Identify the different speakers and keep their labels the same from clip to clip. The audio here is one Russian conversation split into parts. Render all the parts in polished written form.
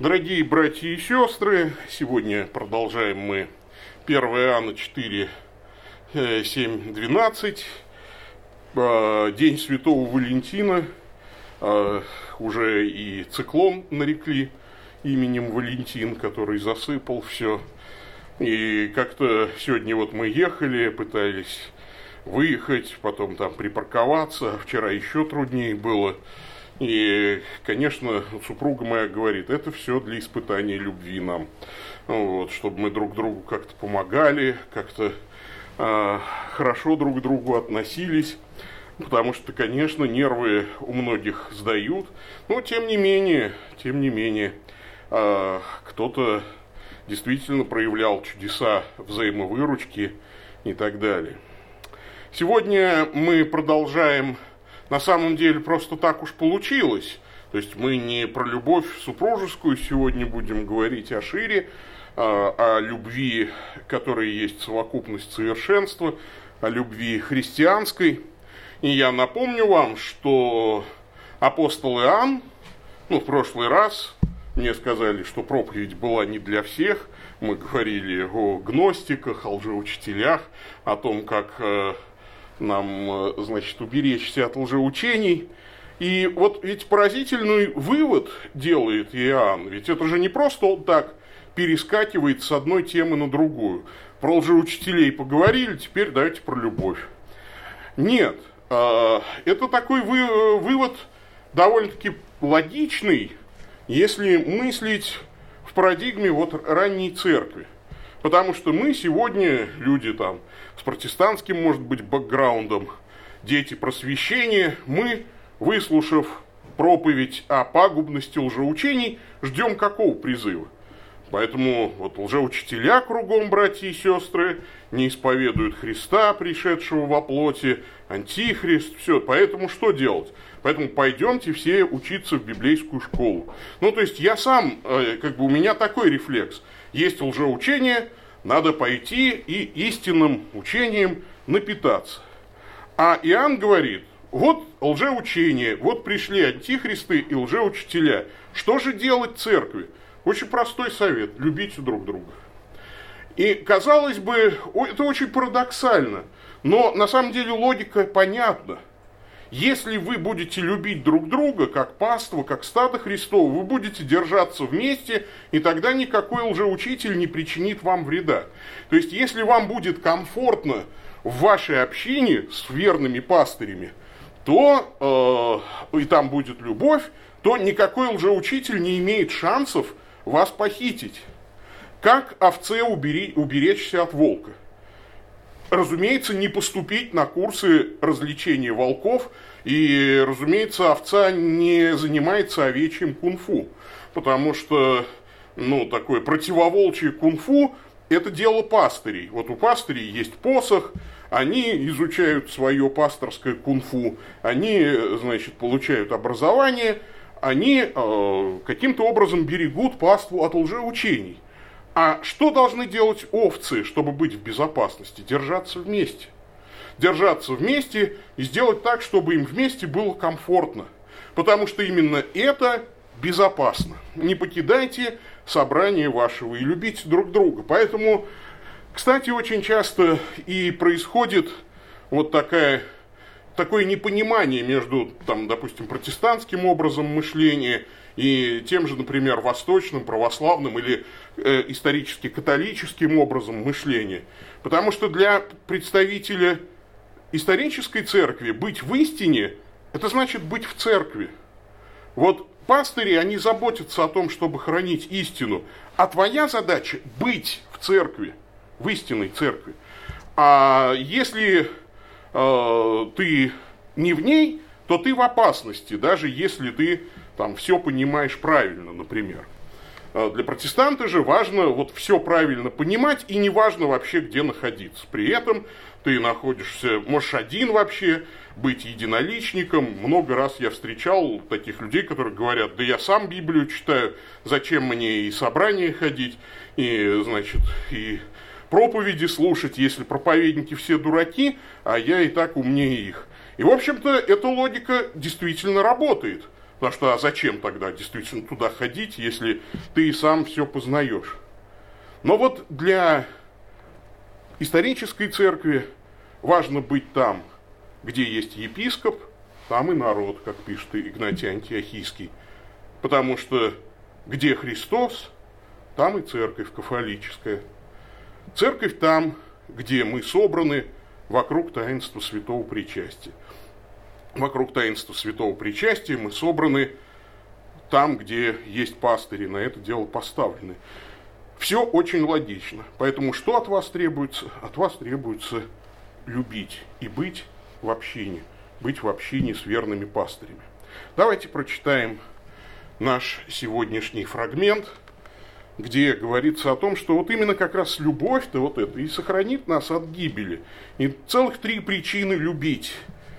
Speaker 1: Дорогие братья и сестры, сегодня продолжаем мы 1 Иоанна 4, 7, 12, День Святого Валентина, уже и циклон нарекли именем Валентин, который засыпал все. И как-то сегодня вот мы ехали, пытались выехать, потом там припарковаться, вчера еще труднее было. И, конечно, супруга моя говорит, это все для испытания любви нам. Вот, чтобы мы друг другу как-то помогали, как-то хорошо друг к другу относились. Потому что, конечно, нервы у многих сдают. Но, тем не менее, кто-то действительно проявлял чудеса взаимовыручки и так далее. Сегодня мы продолжаем. На самом деле просто так уж получилось. То есть мы не про любовь супружескую сегодня будем говорить, а шире, о любви, которая есть совокупность совершенства, о любви христианской. И я напомню вам, что апостол Иоанн, в прошлый раз мне сказали, что проповедь была не для всех. Мы говорили о гностиках, о лжеучителях, о том, как нам, уберечься от лжеучений. И вот ведь поразительный вывод делает Иоанн. Ведь это же не просто он так перескакивает с одной темы на другую. Про лжеучителей поговорили, теперь давайте про любовь. Нет, это такой вывод довольно-таки логичный, если мыслить в парадигме ранней церкви. Потому что мы сегодня, люди с протестантским, может быть, бэкграундом, дети просвещения, мы, выслушав проповедь о пагубности лжеучений, ждем какого призыва? Поэтому лжеучителя кругом, братья и сестры, не исповедуют Христа, пришедшего во плоти, антихрист, все. Поэтому что делать? Поэтому пойдемте все учиться в библейскую школу. То есть я сам, у меня такой рефлекс. Есть лжеучение, надо пойти и истинным учением напитаться. А Иоанн говорит, вот лжеучение, вот пришли антихристы и лжеучителя. Что же делать церкви? Очень простой совет – любите друг друга. И, казалось бы, это очень парадоксально, но на самом деле логика понятна. Если вы будете любить друг друга, как паства, как стадо Христово, вы будете держаться вместе, и тогда никакой лжеучитель не причинит вам вреда. То есть, если вам будет комфортно в вашей общине с верными пастырями, то и там будет любовь, то никакой лжеучитель не имеет шансов вас похитить. Как овце уберечься от волка? Разумеется, не поступить на курсы развлечения волков, и, разумеется, овца не занимается овечьим кунг-фу, потому что, такое противоволчье кунг-фу – это дело пастырей. Вот у пастырей есть посох, они изучают свое пасторское кунг-фу, они, получают образование, они каким-то образом берегут паству от лжеучений. А что должны делать овцы, чтобы быть в безопасности? Держаться вместе. Держаться вместе и сделать так, чтобы им вместе было комфортно. Потому что именно это безопасно. Не покидайте собрание вашего и любите друг друга. Поэтому, кстати, очень часто и происходит такое непонимание между, допустим, протестантским образом мышления и тем же, например, восточным, православным или исторически католическим образом мышления. Потому что для представителя исторической церкви быть в истине – это значит быть в церкви. Пастыри, они заботятся о том, чтобы хранить истину, а твоя задача – быть в церкви, в истинной церкви. А если ты не в ней, то ты в опасности, даже если ты все понимаешь правильно, например. Для протестанта же важно все правильно понимать, и не важно вообще, где находиться. При этом ты можешь один вообще, быть единоличником. Много раз я встречал таких людей, которые говорят, да я сам Библию читаю, зачем мне и собрания ходить, и проповеди слушать, если проповедники все дураки, а я и так умнее их. И, в общем-то, эта логика действительно работает. Потому что, а зачем тогда действительно туда ходить, если ты и сам все познаешь? Но вот для исторической церкви важно быть там, где есть епископ, там и народ, как пишет Игнатий Антиохийский. Потому что где Христос, там и церковь кафолическая. Церковь там, где мы собраны вокруг таинства святого причастия. Вокруг таинства святого причастия мы собраны там, где есть пастыри, на это дело поставлены. Все очень логично. Поэтому что от вас требуется? От вас требуется любить и быть в общине с верными пастырями. Давайте прочитаем наш сегодняшний фрагмент, где говорится о том, что вот именно как раз любовь-то вот это и сохранит нас от гибели. И целых 3 причины любить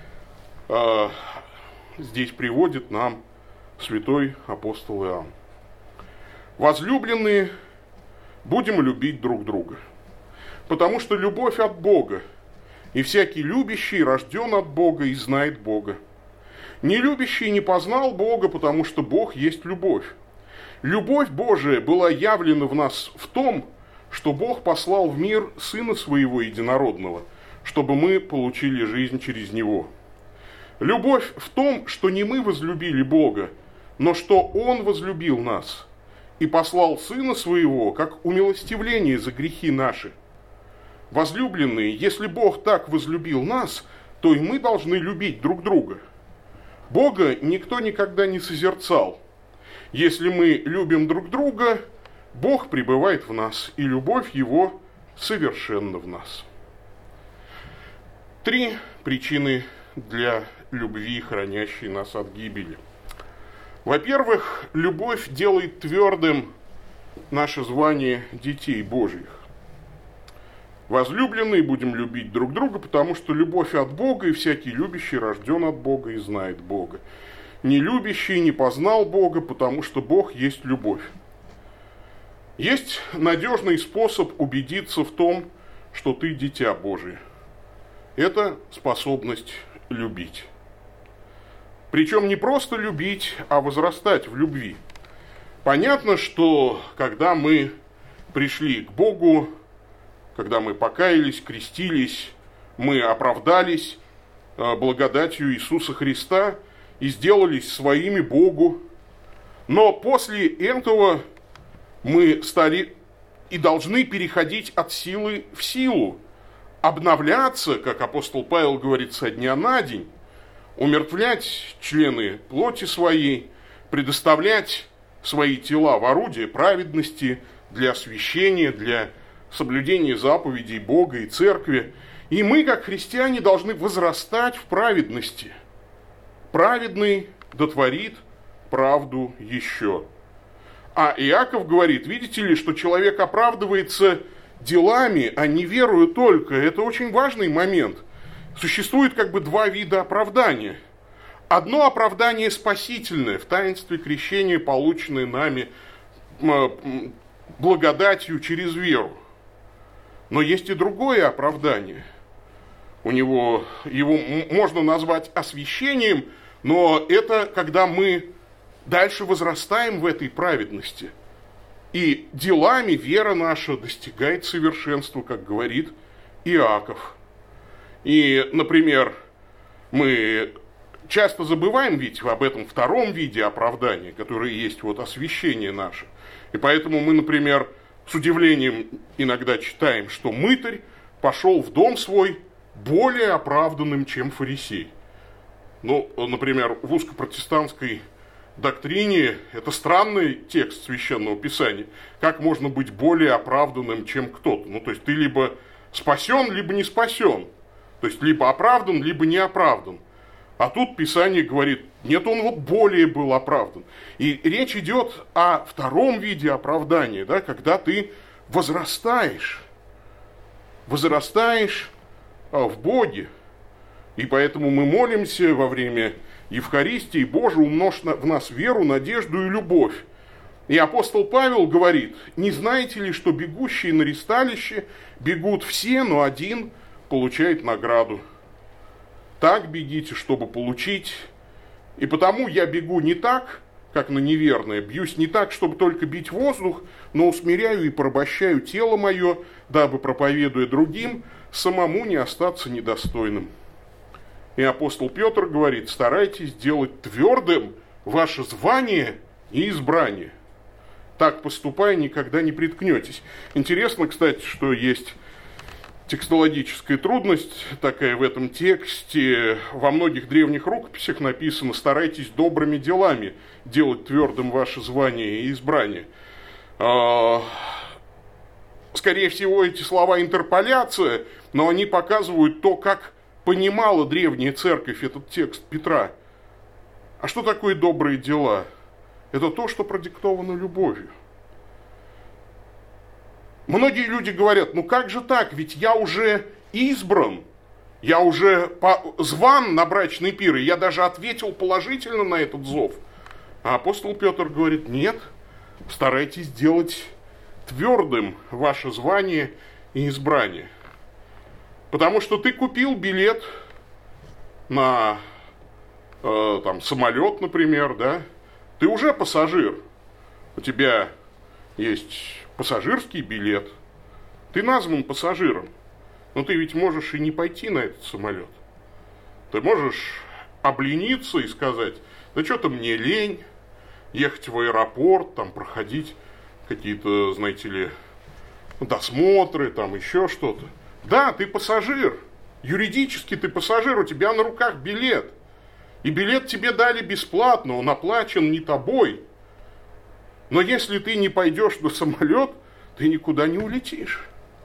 Speaker 1: здесь приводит нам святой апостол Иоанн. Возлюбленные, будем любить друг друга, потому что любовь от Бога, и всякий любящий рожден от Бога и знает Бога. Нелюбящий не познал Бога, потому что Бог есть любовь. Любовь Божия была явлена в нас в том, что Бог послал в мир Сына Своего Единородного, чтобы мы получили жизнь через Него. Любовь в том, что не мы возлюбили Бога, но что Он возлюбил нас и послал Сына Своего, как умилостивление за грехи наши. Возлюбленные, если Бог так возлюбил нас, то и мы должны любить друг друга. Бога никто никогда не созерцал. Если мы любим друг друга, Бог пребывает в нас, и любовь Его совершенна в нас. 3 причины для любви, хранящей нас от гибели. Во-первых, любовь делает твердым наше звание детей Божьих. Возлюбленные, будем любить друг друга, потому что любовь от Бога, и всякий любящий рожден от Бога и знает Бога. Нелюбящий не познал Бога, потому что Бог есть любовь. Есть надежный способ убедиться в том, что ты дитя Божие. Это способность любить. Причем не просто любить, а возрастать в любви. Понятно, что когда мы пришли к Богу, когда мы покаялись, крестились, мы оправдались благодатью Иисуса Христа и сделались своими Богу. Но после этого мы стали и должны переходить от силы в силу, обновляться, как апостол Павел говорит, со дня на день, умертвлять члены плоти своей, предоставлять свои тела в орудие праведности для освящения, для соблюдения заповедей Бога и Церкви. И мы, как христиане, должны возрастать в праведности. Праведный дотворит правду еще. А Иаков говорит, видите ли, что человек оправдывается делами, а не верою только. Это очень важный момент. Существует как бы 2 вида оправдания. Одно оправдание спасительное в таинстве крещения, полученное нами благодатью через веру. Но есть и другое оправдание. Его можно назвать освящением, но это когда мы дальше возрастаем в этой праведности. И делами вера наша достигает совершенства, как говорит Иаков. И, например, мы часто забываем ведь об этом 2-м виде оправдания, которое есть вот освящение наше. И поэтому мы, например, с удивлением иногда читаем, что мытарь пошел в дом свой более оправданным, чем фарисей. Ну, например, в узкопротестантской доктрине это странный текст Священного Писания. Как можно быть более оправданным, чем кто-то? Ну, то есть ты либо спасен, либо не спасен. То есть либо оправдан, либо не оправдан. А тут Писание говорит, нет, он вот более был оправдан. И речь идет о 2-м виде оправдания, да, когда ты возрастаешь в Боге. И поэтому мы молимся во время Евхаристии, Боже, умножь в нас веру, надежду и любовь. И апостол Павел говорит, не знаете ли, что бегущие на ристалище бегут все, но один получает награду. Так бегите, чтобы получить И потому я бегу не так, как на неверное, бьюсь не так, чтобы только бить воздух, но усмиряю и порабощаю тело мое, дабы, проповедуя другим, самому не остаться недостойным. И апостол Петр говорит: старайтесь делать твердым ваше звание и избрание. Так поступая, никогда не приткнетесь. Интересно, кстати, что есть текстологическая трудность такая в этом тексте. Во многих древних рукописях написано: старайтесь добрыми делами делать твердым ваше звание и избрание. Скорее всего, эти слова интерполяция, но они показывают то, как понимала древняя церковь этот текст Петра. А что такое добрые дела? Это то, что продиктовано любовью. Многие люди говорят: ну как же так, ведь я уже избран, я уже зван на брачный пир, и я даже ответил положительно на этот зов. А апостол Петр говорит: нет, старайтесь делать твердым ваше звание и избрание. Потому что ты купил билет на самолет, например, да? Ты уже пассажир. У тебя есть пассажирский билет. Ты назван пассажиром. Но ты ведь можешь и не пойти на этот самолет. Ты можешь облениться и сказать: да что-то мне лень ехать в аэропорт, там проходить какие-то, знаете ли, досмотры, там еще что-то. Да, ты пассажир. Юридически ты пассажир, у тебя на руках билет. И билет тебе дали бесплатно, он оплачен не тобой. Но если ты не пойдешь на самолет, ты никуда не улетишь.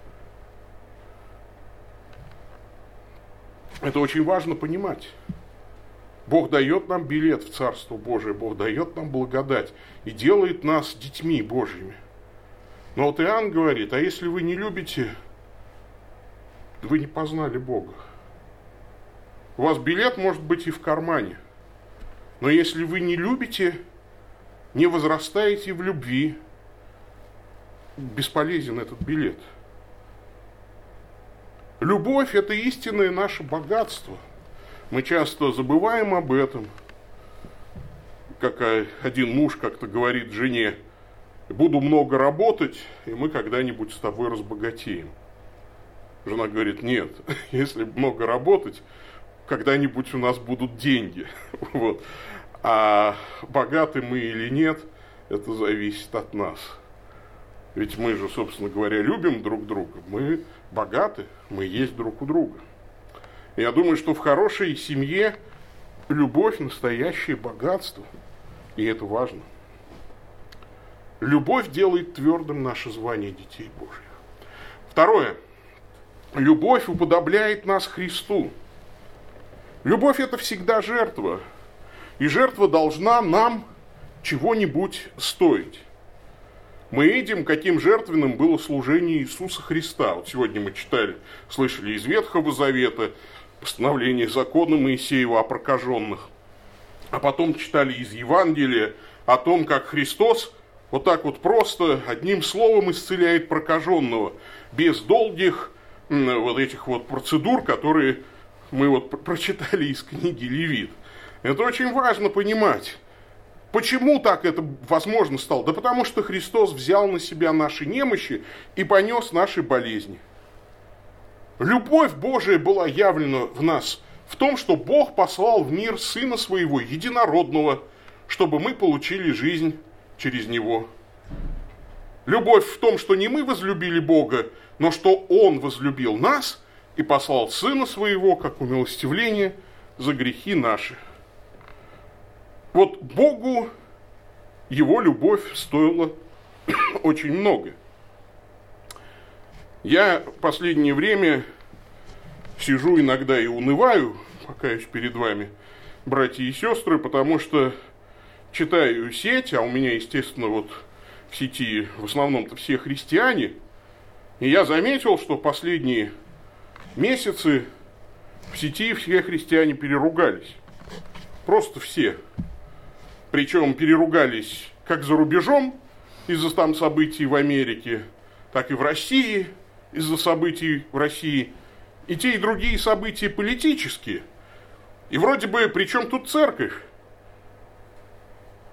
Speaker 1: Это очень важно понимать. Бог дает нам билет в Царство Божие, Бог дает нам благодать и делает нас детьми Божьими. Но вот Иоанн говорит: а если вы не любите, вы не познали Бога. У вас билет может быть и в кармане, но если вы не любите, не возрастаете в любви, бесполезен этот билет. Любовь – это истинное наше богатство. Мы часто забываем об этом. Как один муж как-то говорит жене: буду много работать, и мы когда-нибудь с тобой разбогатеем. Жена говорит: нет, если много работать, когда-нибудь у нас будут деньги. Вот. А богаты мы или нет, это зависит от нас. Ведь мы же, собственно говоря, любим друг друга. Мы богаты, мы есть друг у друга. Я думаю, что в хорошей семье любовь – настоящее богатство. И это важно. Любовь делает твердым наше звание детей Божьих. Второе. Любовь уподобляет нас Христу. Любовь – это всегда жертва. И жертва должна нам чего-нибудь стоить. Мы видим, каким жертвенным было служение Иисуса Христа. Вот сегодня мы слышали из Ветхого Завета постановление закона Моисеева о прокаженных. А потом читали из Евангелия о том, как Христос вот так вот просто одним словом исцеляет прокаженного, без долгих вот этих вот процедур, которые мы вот прочитали из книги Левит. Это очень важно понимать. Почему так это возможно стало? Да потому что Христос взял на себя наши немощи и понес наши болезни. Любовь Божия была явлена в нас в том, что Бог послал в мир Сына Своего, Единородного, чтобы мы получили жизнь через Него. Любовь в том, что не мы возлюбили Бога, но что Он возлюбил нас и послал Сына Своего, как умилостивление за грехи наши. Вот Богу Его любовь стоила очень много. Я в последнее время сижу иногда и унываю, покаюсь перед вами, братья и сестры, потому что читаю сеть, а у меня, естественно, вот в сети в основном-то все христиане, и я заметил, что последние месяцы в сети все христиане переругались. Просто все. Причем переругались как за рубежом из-за там событий в Америке, так и в России из-за событий в России. И те, и другие события политические. И вроде бы, при чем тут церковь?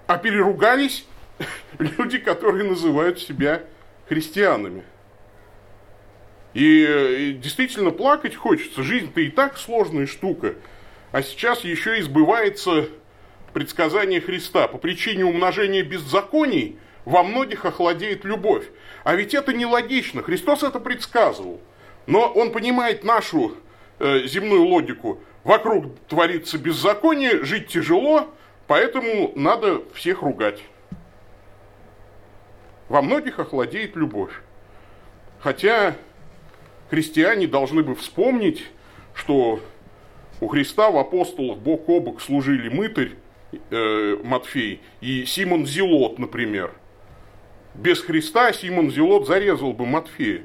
Speaker 1: А переругались люди, которые называют себя христианами. И действительно плакать хочется. Жизнь-то и так сложная штука. А сейчас еще и сбывается предсказание Христа. По причине умножения беззаконий во многих охладеет любовь. А ведь это нелогично. Христос это предсказывал. Но он понимает нашу земную логику. Вокруг творится беззаконие, жить тяжело, поэтому надо всех ругать. Во многих охладеет любовь. Хотя христиане должны бы вспомнить, что у Христа в апостолах бок о бок служили мытарь Матфей и Симон Зелот, например. Без Христа Симон Зелот зарезал бы Матфея.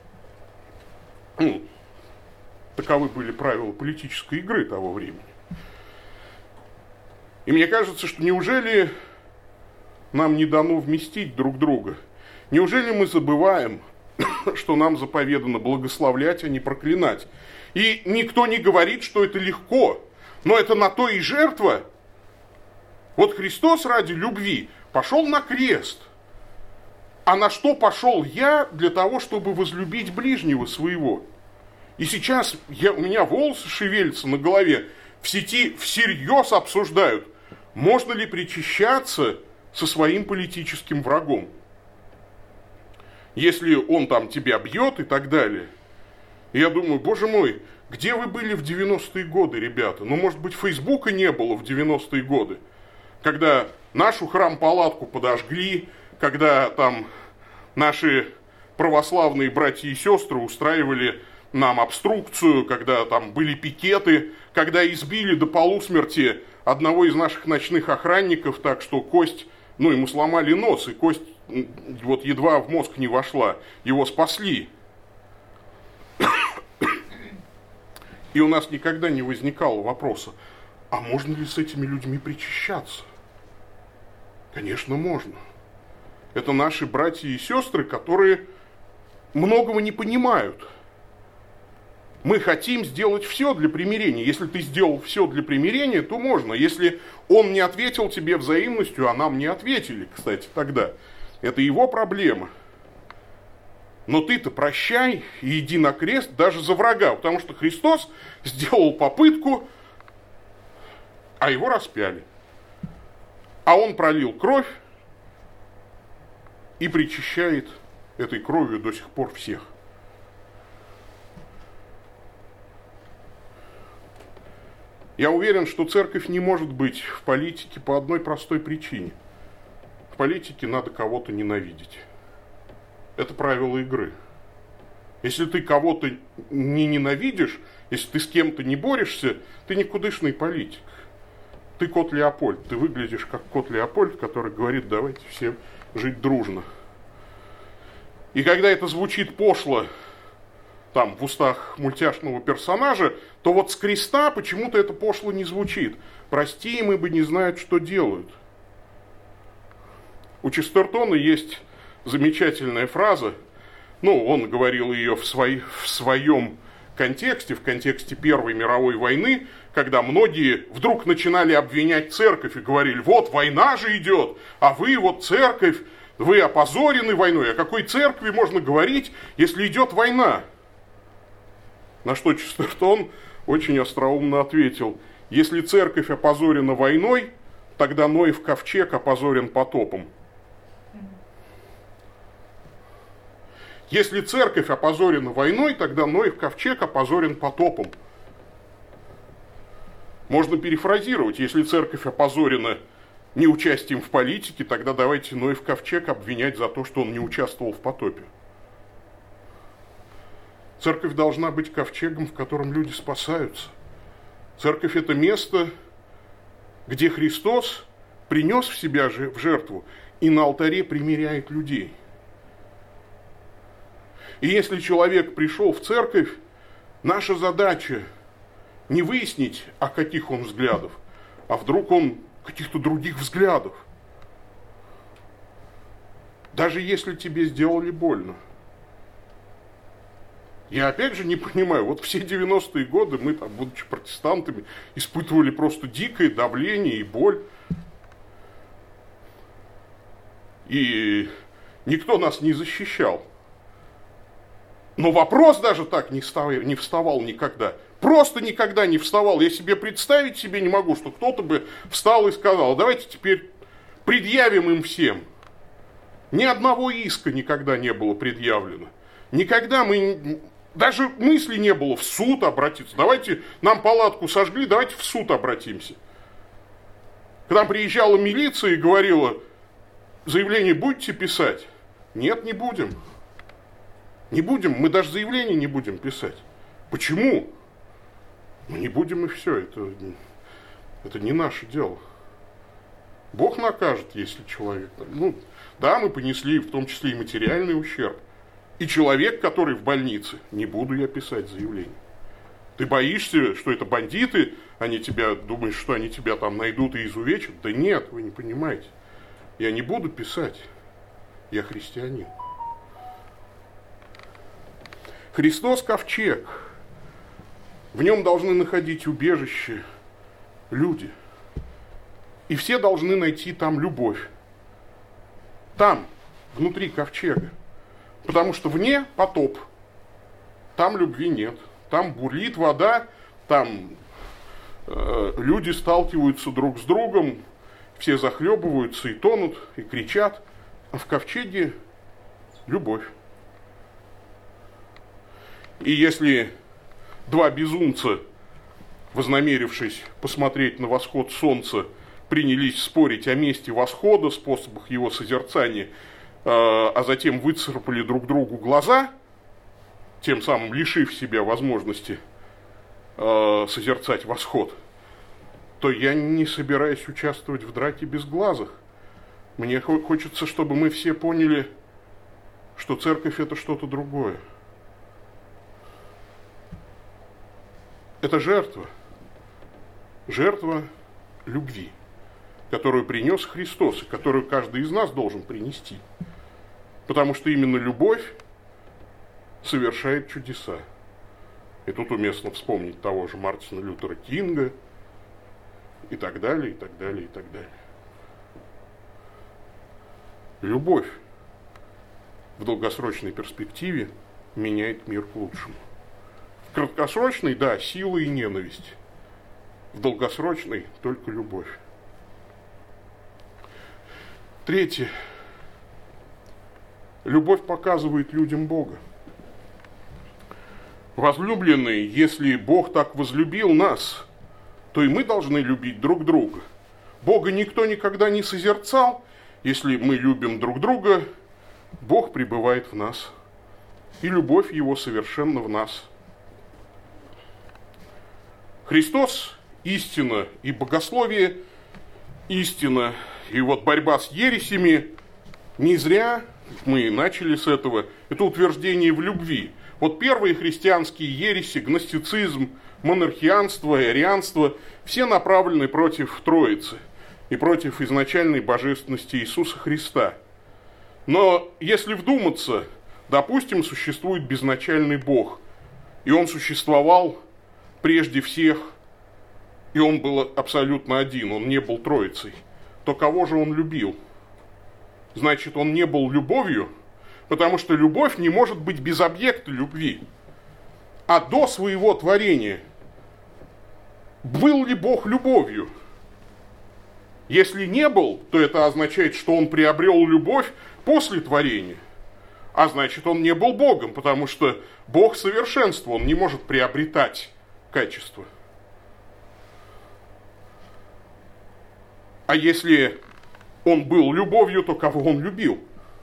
Speaker 1: Таковы были правила политической игры того времени. И мне кажется, что неужели нам не дано вместить друг друга? Неужели мы забываем, что нам заповедано благословлять, а не проклинать? И никто не говорит, что это легко, но это на то и жертва. Вот Христос ради любви пошел на крест. А на что пошел я для того, чтобы возлюбить ближнего своего? И сейчас у меня волосы шевелятся на голове, в сети всерьез обсуждают, можно ли причащаться со своим политическим врагом. Если он там тебя бьет и так далее. И я думаю, боже мой, где вы были в 90-е годы, ребята? Ну, может быть, Фейсбука не было в 90-е годы, когда нашу храм-палатку подожгли, когда там наши православные братья и сестры устраивали нам обструкцию, когда там были пикеты, когда избили до полусмерти одного из наших ночных охранников, так что кость, ему сломали нос, и кость вот едва в мозг не вошла, его спасли. И у нас никогда не возникало вопроса, а можно ли с этими людьми причащаться? Конечно, можно. Это наши братья и сестры, которые многого не понимают. Мы хотим сделать все для примирения. Если ты сделал все для примирения, то можно. Если он не ответил тебе взаимностью, а нам не ответили, кстати, тогда, это его проблема. Но ты-то прощай и иди на крест даже за врага, потому что Христос сделал попытку, а его распяли. А он пролил кровь и причащает этой кровью до сих пор всех. Я уверен, что церковь не может быть в политике по одной простой причине. В политике надо кого-то ненавидеть. Это правило игры. Если ты кого-то не ненавидишь, если ты с кем-то не борешься, ты никудышный политик. Ты кот Леопольд. Ты выглядишь как кот Леопольд, который говорит, давайте все жить дружно. И когда это звучит пошло, там, в устах мультяшного персонажа, то вот с креста почему-то это пошло не звучит. Прости им, ибо не знают, что делают. У Честертона есть замечательная фраза, он говорил ее в своем контексте, в контексте Первой мировой войны, когда многие вдруг начинали обвинять церковь и говорили, вот война же идет, а вы вот церковь, вы опозорены войной. О какой церкви можно говорить, если идет война? На что Честертон очень остроумно ответил, если церковь опозорена войной, тогда Ноев ковчег опозорен потопом. Если церковь опозорена войной, тогда Ноев ковчег опозорен потопом. Можно перефразировать, если церковь опозорена неучастием в политике, тогда давайте Ноев ковчег обвинять за то, что он не участвовал в потопе. Церковь должна быть ковчегом, в котором люди спасаются. Церковь – это место, где Христос принес в себя в жертву и на алтаре примиряет людей. И если человек пришел в церковь, наша задача не выяснить, о каких он взглядов, а вдруг он каких-то других взглядов. Даже если тебе сделали больно. Я опять же не понимаю, вот все 90-е годы мы, там, будучи протестантами, испытывали просто дикое давление и боль. И никто нас не защищал. Но вопрос даже так не вставал никогда. Просто никогда не вставал. Я себе представить себе не могу, что кто-то бы встал и сказал: давайте теперь предъявим им всем. Ни одного иска никогда не было предъявлено. Никогда даже мысли не было в суд обратиться. Давайте, нам палатку сожгли, давайте в суд обратимся. Когда приезжала милиция и говорила: заявление будете писать? Нет, не будем. Не будем, мы даже заявление не будем писать. Почему? Мы не будем, и все, это не наше дело. Бог накажет, если человек... Да, мы понесли в том числе и материальный ущерб. И человек, который в больнице, не буду я писать заявление. Ты боишься, что это бандиты, думаешь, что они тебя там найдут и изувечат? Да нет, вы не понимаете. Я не буду писать. Я христианин. Христос ковчег. В нем должны находить убежище люди. И все должны найти там любовь. Там, внутри ковчега. Потому что вне потоп. Там любви нет. Там бурлит вода, там люди сталкиваются друг с другом, все захлебываются и тонут, и кричат. А в ковчеге любовь. И если два безумца, вознамерившись посмотреть на восход солнца, принялись спорить о месте восхода, способах его созерцания, а затем выцарапали друг другу глаза, тем самым лишив себя возможности созерцать восход, то я не собираюсь участвовать в драке безглазых. Мне хочется, чтобы мы все поняли, что церковь – это что-то другое. Это жертва. Жертва любви, которую принес Христос, и которую каждый из нас должен принести. Потому что именно любовь совершает чудеса. И тут уместно вспомнить того же Мартина Лютера Кинга, и так далее, и так далее, и так далее. Любовь в долгосрочной перспективе меняет мир к лучшему. В краткосрочной, да, сила и ненависть. В долгосрочной только любовь. Третье. Любовь показывает людям Бога. Возлюбленные, если Бог так возлюбил нас, то и мы должны любить друг друга. Бога никто никогда не созерцал. Если мы любим друг друга, Бог пребывает в нас. И любовь Его совершенно в нас. Христос – истина, и богословие – истина. И вот борьба с ересями не зря, мы начали с этого, это утверждение в любви. Вот первые христианские ереси, гностицизм, монархианство, арианство, все направлены против Троицы и против изначальной божественности Иисуса Христа. Но если вдуматься, допустим, существует безначальный Бог, и Он существовал прежде всех, и Он был абсолютно один, Он не был Троицей, то кого же Он любил? Значит, Он не был любовью, потому что любовь не может быть без объекта любви. А до своего творения был ли Бог любовью? Если не был, то это означает, что Он приобрел любовь после творения. А значит, Он не был Богом, потому что Бог совершенство, Он не может приобретать качество. А если Он был любовью, то кого Он любил?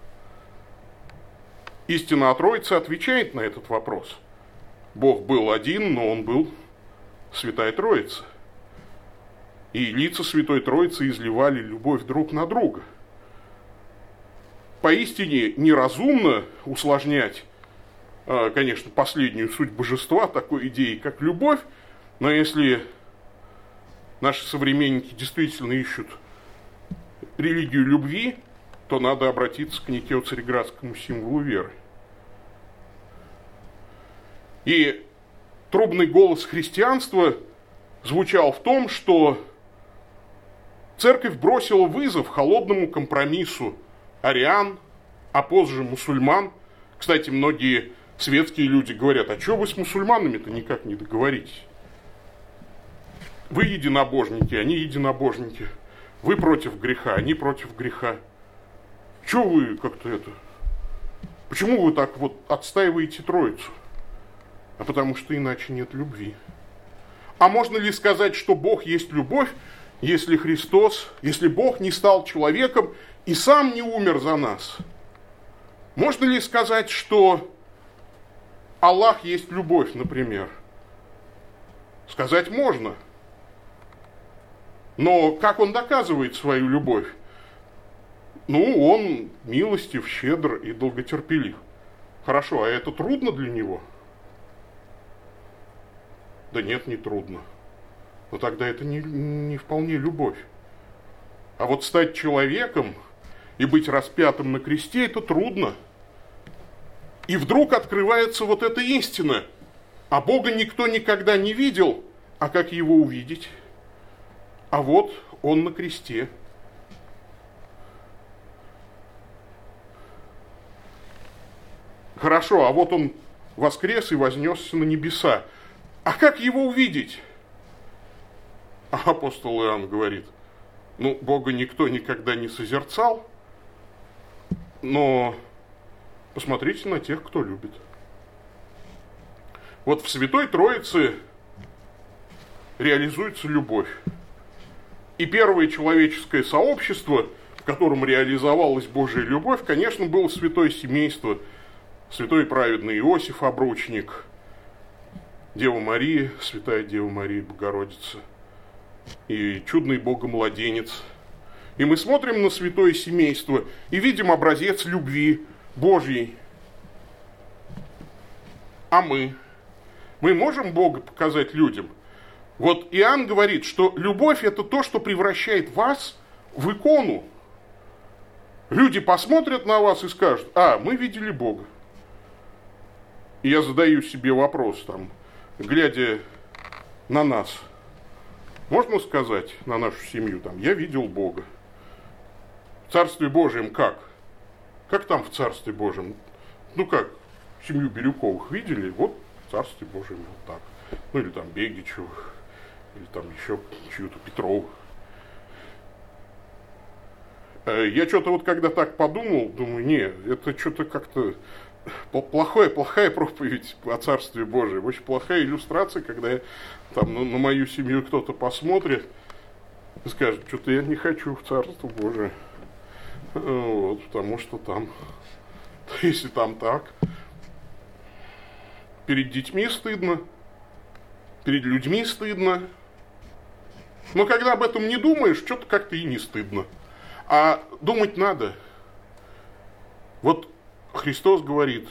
Speaker 1: Истина о Троице отвечает на этот вопрос. Бог был один, но Он был Святая Троица. И лица Святой Троицы изливали любовь друг на друга. Поистине неразумно усложнять, конечно, последнюю суть божества такой идеей, как любовь, но если наши современники действительно ищут религию любви, то надо обратиться к Никео-Цареградскому символу веры. И трубный голос христианства звучал в том, что церковь бросила вызов холодному компромиссу ариан, а позже мусульман. Кстати, многие светские люди говорят, а что вы с мусульманами-то никак не договоритесь? Вы единобожники, они единобожники. Вы против греха, они против греха. Чего вы как-то это... Почему вы так вот отстаиваете Троицу? А потому что иначе нет любви. А можно ли сказать, что Бог есть любовь, если Христос, если Бог не стал человеком и сам не умер за нас? Можно ли сказать, что Аллах есть любовь, например? Сказать можно. Но как он доказывает свою любовь? Ну, он милостив, щедр и долготерпелив. Хорошо, а это трудно для него? Да нет, не трудно. Но тогда это не вполне любовь. А вот стать человеком и быть распятым на кресте, это трудно. И вдруг открывается вот эта истина. А Бога никто никогда не видел, а как его увидеть? А вот он на кресте. Хорошо, а вот он воскрес и вознесся на небеса. А как его увидеть? А апостол Иоанн говорит, ну, Бога никто никогда не созерцал, но посмотрите на тех, кто любит. Вот в Святой Троице реализуется любовь. И первое человеческое сообщество, в котором реализовалась Божья любовь, конечно, было святое семейство, святой и праведный Иосиф Обручник, Дева Мария, святая Дева Мария Богородица и чудный Богомладенец. И мы смотрим на святое семейство и видим образец любви Божьей. А мы можем Бога показать людям? Вот Иоанн говорит, что любовь – это то, что превращает вас в икону. Люди посмотрят на вас и скажут, мы видели Бога. И я задаю себе вопрос, глядя на нас, можно сказать, на нашу семью, я видел Бога. В Царстве Божьем как? Как там в Царстве Божьем? Ну как, семью Бирюковых видели? Вот в Царстве Божьем вот так. Ну или там Бегичевых, или там еще чью-то Петровых. Я что-то вот когда так подумал, думаю, это что-то как-то плохая проповедь о Царстве Божьем. Очень плохая иллюстрация, когда на мою семью кто-то посмотрит и скажет, что-то я не хочу в Царство Божие. Вот, потому что там, если там так, перед детьми стыдно, перед людьми стыдно. Но когда об этом не думаешь, что-то как-то и не стыдно. А думать надо. Вот Христос говорит,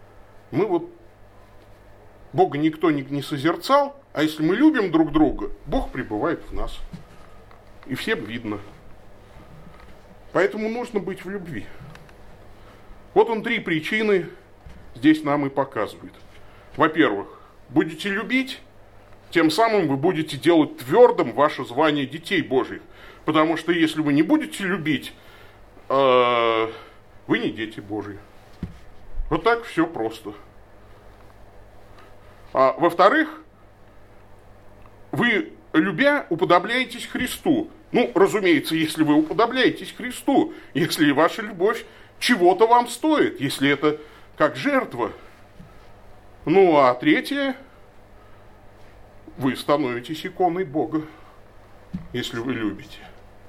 Speaker 1: Бога никто не созерцал, а если мы любим друг друга, Бог пребывает в нас. И всем видно. Поэтому нужно быть в любви. Вот он 3 причины здесь нам и показывает. Во-первых, будете любить, тем самым вы будете делать твердым ваше звание детей Божьих. Потому что если вы не будете любить, вы не дети Божьи. Вот так все просто. А во-вторых, вы, любя, уподобляетесь Христу. Ну, разумеется, если вы уподобляетесь Христу, если ваша любовь чего-то вам стоит, если это как жертва. Ну, а третье, вы становитесь иконой Бога, если вы любите.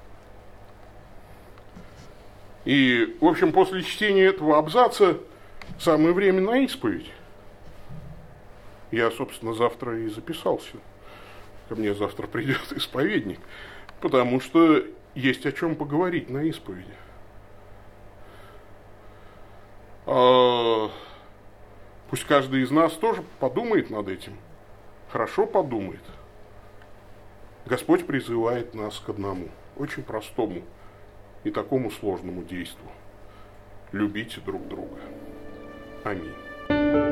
Speaker 1: И, в общем, после чтения этого абзаца самое время на исповедь. Я, собственно, завтра и записался. Ко мне завтра придет исповедник, потому что есть о чем поговорить на исповеди. Пусть каждый из нас тоже подумает над этим. Хорошо подумает. Господь призывает нас к одному, очень простому и такому сложному действу. Любите друг друга. Аминь.